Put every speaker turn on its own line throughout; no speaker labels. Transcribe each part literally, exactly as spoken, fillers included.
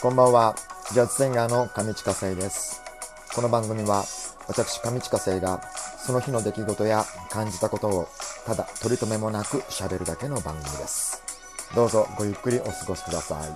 こんばんは。ジャズシンガーの上地下生です。この番組は私上地下生がその日の出来事や感じたことをただ取り留めもなく喋るだけの番組です。どうぞごゆっくりお過ごしください。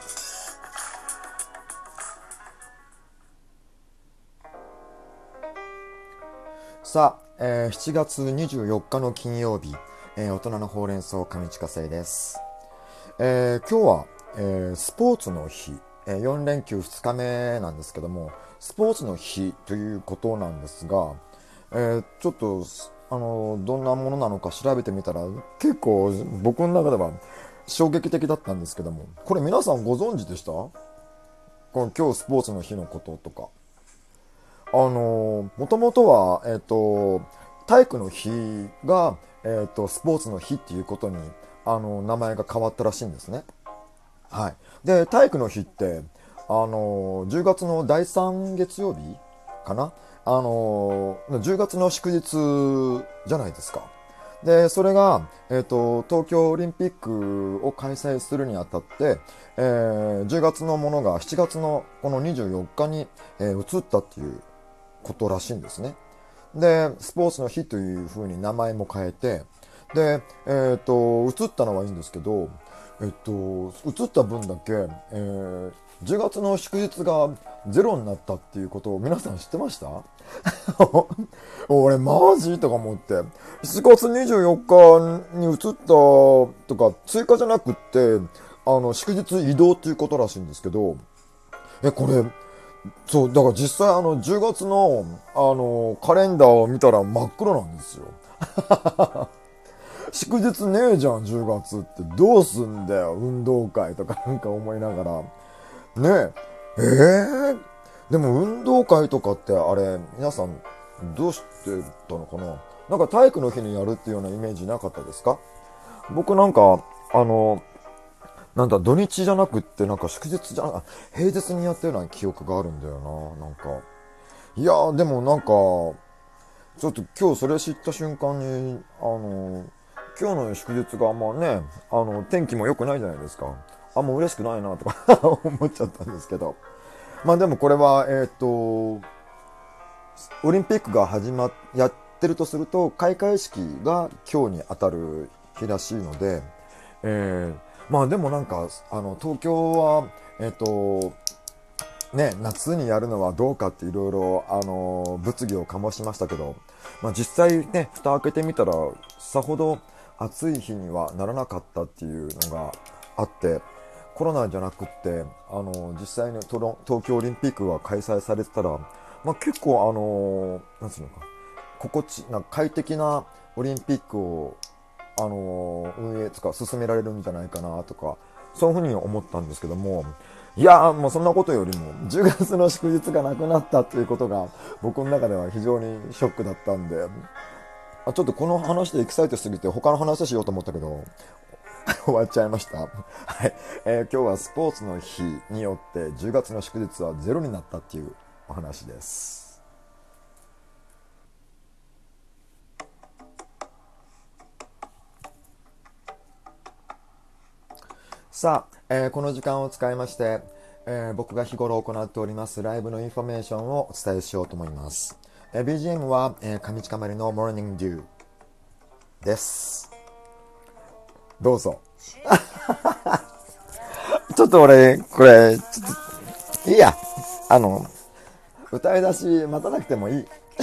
さあ、えー、しちがつにじゅうよっかの金曜日、えー、大人のほうれん草上地下生です。えー、今日は、えー、スポーツの日、えー、よん連休ふつかめなんですけども、スポーツの日ということなんですが、えー、ちょっとあのどんなものなのか調べてみたら結構僕の中では衝撃的だったんですけども、これ皆さんご存知でした？この今日スポーツの日のこととか。あのもともとは、えっ、と体育の日が、えっ、とスポーツの日っていうことにあの名前が変わったらしいんですね。はい。で、体育の日って、あのじゅうがつのだいさん月曜日かな、あのじゅうがつの祝日じゃないですか。で、それが、えっ、と、東京オリンピックを開催するにあたって、えーじゅうがつのものがしちがつのこのにじゅうよっかに、えー移ったっていうことらしいんですね。で、スポーツの日という風に名前も変えて、で、えっ、と、移ったのはいいんですけど、えっと、移った分だけ、えーじゅうがつの祝日がゼロになったっていうことを皆さん知ってました？俺マジとか思って、しちがつにじゅうよっかに移ったとか追加じゃなくって、あの祝日移動っていうことらしいんですけど、えこれそうだから実際あのじゅうがつのあのカレンダーを見たら真っ黒なんですよ。祝日ねえじゃんじゅうがつって、どうすんだよ運動会とかなんか思いながらねえ。えー、でも運動会とかってあれ皆さんどうしてたのかな。なんか体育の日にやるっていうようなイメージなかったですか？僕なんかあのなんだ土日じゃなくってなんか祝日じゃな平日にやったような記憶があるんだよな。なんかいやーでもなんかちょっと今日それ知った瞬間にあの今日の祝日があんまねあの天気も良くないじゃないですか。あんま嬉しくないなとか思っちゃったんですけど、まあでもこれはえっ、とオリンピックが始まっやってるとすると開会式が今日に当たる日らしいので、えー、まあでもなんかあの東京はえっ、とね、夏にやるのはどうかっていろいろあの物議を醸しましたけど、まあ、実際ね蓋開けてみたらさほど暑い日にはならなかったっていうのがあって、コロナじゃなくってあの実際に東京オリンピックが開催されてたら、まあ、結構あのなんつうのか心地な快適なオリンピックをあの運営とか進められるんじゃないかなとかそういうふうに思ったんですけども、いやーもうそんなことよりもじゅうがつの祝日がなくなったということが僕の中では非常にショックだったんで、あちょっとこの話でエキサイトしすぎて他の話しようと思ったけど終わっちゃいました。はい、えー今日はスポーツの日によってじゅうがつの祝日はゼロになったっていうお話です。さあ、えーこの時間を使いまして、えー僕が日頃行っておりますライブのインフォメーションをお伝えしようと思います。えー ビージーエム は、えー上近まりの Morning Dew です。どうぞ。ちょっと俺これちょっといいや、あの歌い出し待たなくてもいい。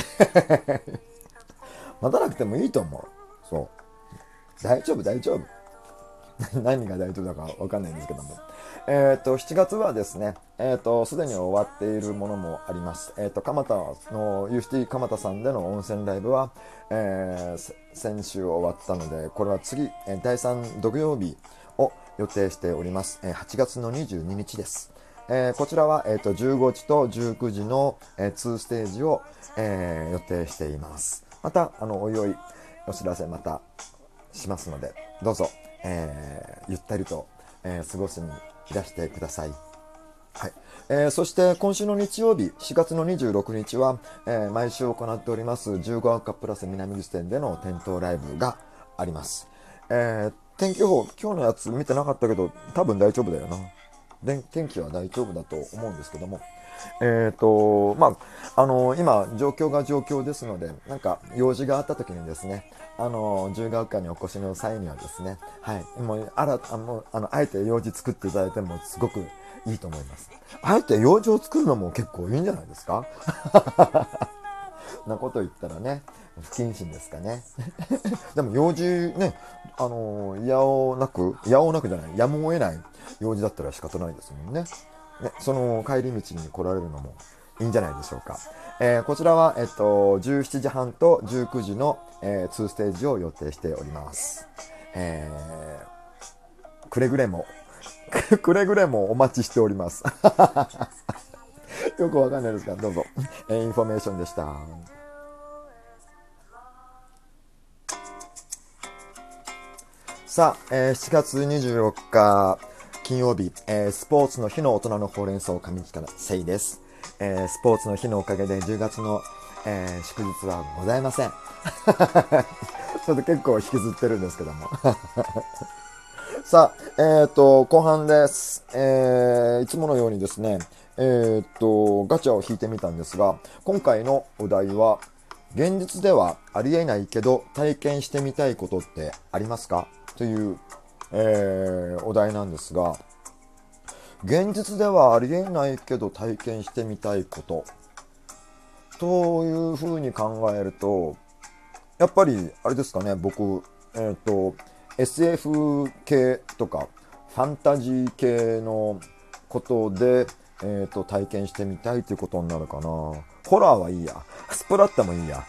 待たなくてもいいと思う。そう大丈夫大丈夫。何が大丈夫だかわかんないんですけども、えっ、としちがつはですね、えっ、とすでに終わっているものもあります。えっ、と蒲田のユーシティ蒲田さんでの温泉ライブは、えー先週終わったので、これは次、えーだいさん土曜日を予定しております。えーはちがつのにじゅうににちです。えーこちらは、えー、とじゅうごじとじゅうくじの、えー、にステージを、えー予定しています。またあのおいおいお知らせまたしますので、どうぞ、えーゆったりと、えー過ごしにいらしてください。はい、えーそして今週の日曜日しがつのにじゅうろくにちは、えー毎週行っておりますじゅうごアカプラス南口店での店頭ライブがあります。えー天気予報今日のやつ見てなかったけど多分大丈夫だよな。 で天気は大丈夫だと思うんですけども、えっと、まあ、あの、今、状況が状況ですので、なんか、用事があった時にですね、あの、自由が丘にお越しの際にはですね、はい、もう、あら、あの、あの、あえて用事作っていただいても、すごくいいと思います。あえて用事を作るのも結構いいんじゃないですかなこと言ったらね、不謹慎ですかね。でも用事ね、あの、いやおなく、いやおなくじゃない、やむを得ない用事だったら仕方ないですもんね。ね、その帰り道に来られるのもいいんじゃないでしょうか。えー、こちらは、えっと、じゅうしちじはんとじゅうくじの、えー、にステージを予定しております。えー、くれぐれも、くれぐれもお待ちしております。よくわかんないですが、どうぞ。えー、インフォメーションでした。さあ、えー、しちがつにじゅうよっか金曜日、えー、スポーツの日の大人のほうれん草上北のせいです。えー、スポーツの日のおかげでじゅうがつの、えー、祝日はございません。ちょっと結構引きずってるんですけども。さあ、えっと、後半です。えー、いつものようにですね、えっと、ガチャを引いてみたんですが、今回のお題は、現実ではありえないけど体験してみたいことってありますかという、えー、お題なんですが、現実ではありえないけど体験してみたいことというふうに考えると、やっぱりあれですかね、僕、えっと エスエフ 系とかファンタジー系のことで、えっと体験してみたいということになるかな。ホラーはいいや、スプラッタもいいや。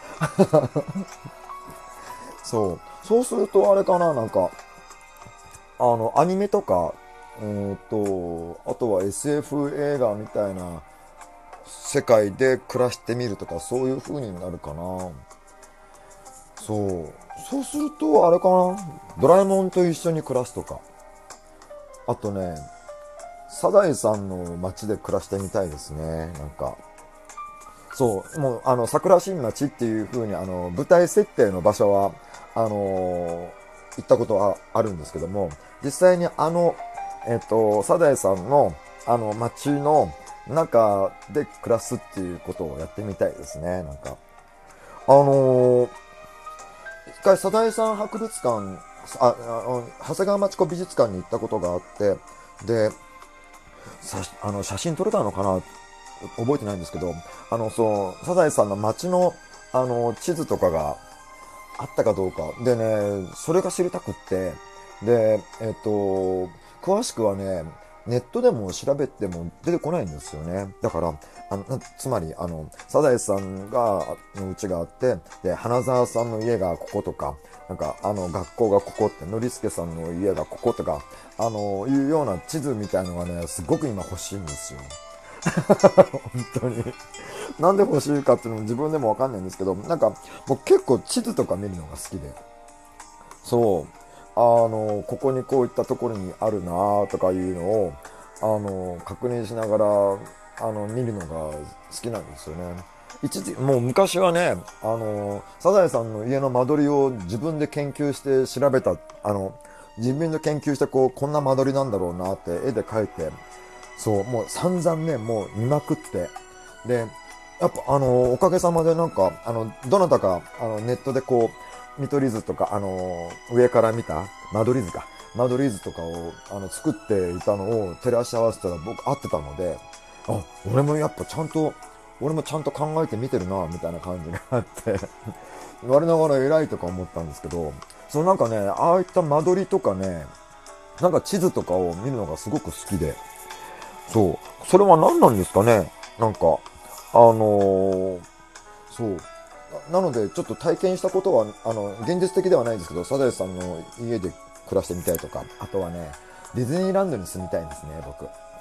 そうそうするとあれかな、なんかあのアニメとか、えっとあとは エスエフ 映画みたいな世界で暮らしてみるとか、そういう風になるかな。そうそうするとあれかな、ドラえもんと一緒に暮らすとか、あとね、サザエさんの街で暮らしてみたいですね。なんかそうもうあの桜新町っていう風にあの舞台設定の場所はあのー行ったことはあるんですけども、実際にあのえっとサザエさんのあの街の中で暮らすっていうことをやってみたいですね。なんかあのー一回サザエさん博物館、あ、あの長谷川町子美術館に行ったことがあって、でさあの写真撮れたのかな、覚えてないんですけど、あのそうサザエさんの街のあの地図とかがあったかどうかでね、それが知りたくって、でえっと詳しくはね、ネットでも調べても出てこないんですよね。だからあのつまりあのサザエさんがの家があって、で花沢さんの家がこことか、なんかあの学校がここって、ノリスケさんの家がこことか、あのいうような地図みたいのがね、すごく今欲しいんですよ。本当に。なんで欲しいかっていうのも自分でもわかんないんですけど、なんか僕結構地図とか見るのが好きで、そうあのここにこういったところにあるなとかいうのをあの確認しながらあの見るのが好きなんですよね。一時もう昔はね、あのサザエさんの家の間取りを自分で研究して調べた、あの自分で研究して、こうこんな間取りなんだろうなって絵で描いて、そうもう散々ね、もう見まくって、でやっぱあのおかげさまでなんかあのどなたかあのネットでこう見取り図とか、あの上から見た間取り図か間取り図とかをあの作っていたのを照らし合わせたら僕合ってたので、あ、俺もやっぱちゃんと俺もちゃんと考えて見てるなみたいな感じがあって我ながら偉いとか思ったんですけど、そのなんかね、ああいった間取りとかね、なんか地図とかを見るのがすごく好きで、そうそれは何なんですかね。なんかあのーそうなのでちょっと体験したことはあの現実的ではないですけど、サザエさんの家で暮らしてみたいとか、あとはね、ディズニーランドに住みたいですね、僕。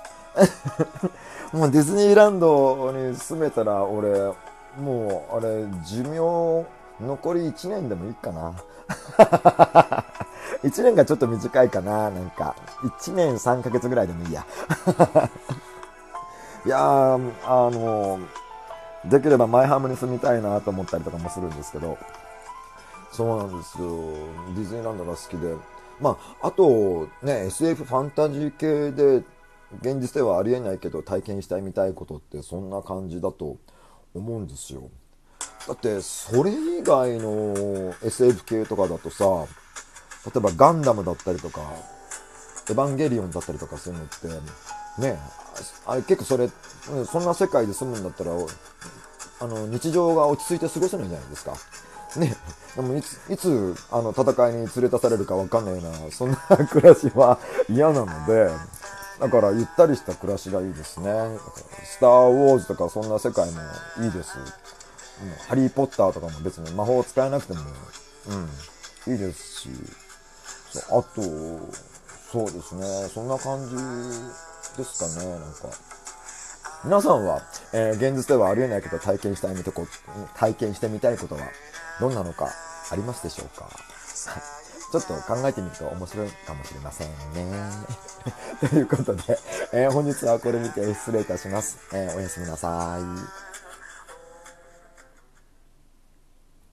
もうディズニーランドに住めたら俺もうあれ寿命残りいちねんでもいいかな。いちねんがちょっと短いかな。なんかいちねんさんかげつぐらいでもいいや。いやー、あのできればマイハムに住みたいなと思ったりとかもするんですけど、そうなんですよ、ディズニーランドが好きで、まああとね エスエフ フファンタジー系で現実ではありえないけど体験したいみたいことってそんな感じだと思うんですよ。だってそれ以外の エスエフ 系とかだとさ、例えばガンダムだったりとかエヴァンゲリオンだったりとかするのってね、あれ結構それそんな世界で住むんだったらあの日常が落ち着いて過ごせないじゃないですかね。でもいついつあの戦いに連れ出されるかわかんないようなそんな暮らしは嫌なので、だからゆったりした暮らしがいいですね。だからスター・ウォーズとかそんな世界もいいです。うん、ハリー・ポッターとかも別に魔法を使えなくても、うん、いいですし、そうあとそうですね、そんな感じですかね。なんか皆さんは、えー現実ではありえないけど体験したいみとこ体験してみたいことはどんなのかありますでしょうか。ちょっと考えてみると面白いかもしれませんね。ということで、えー本日はこれにて失礼いたします。えーおやすみなさい。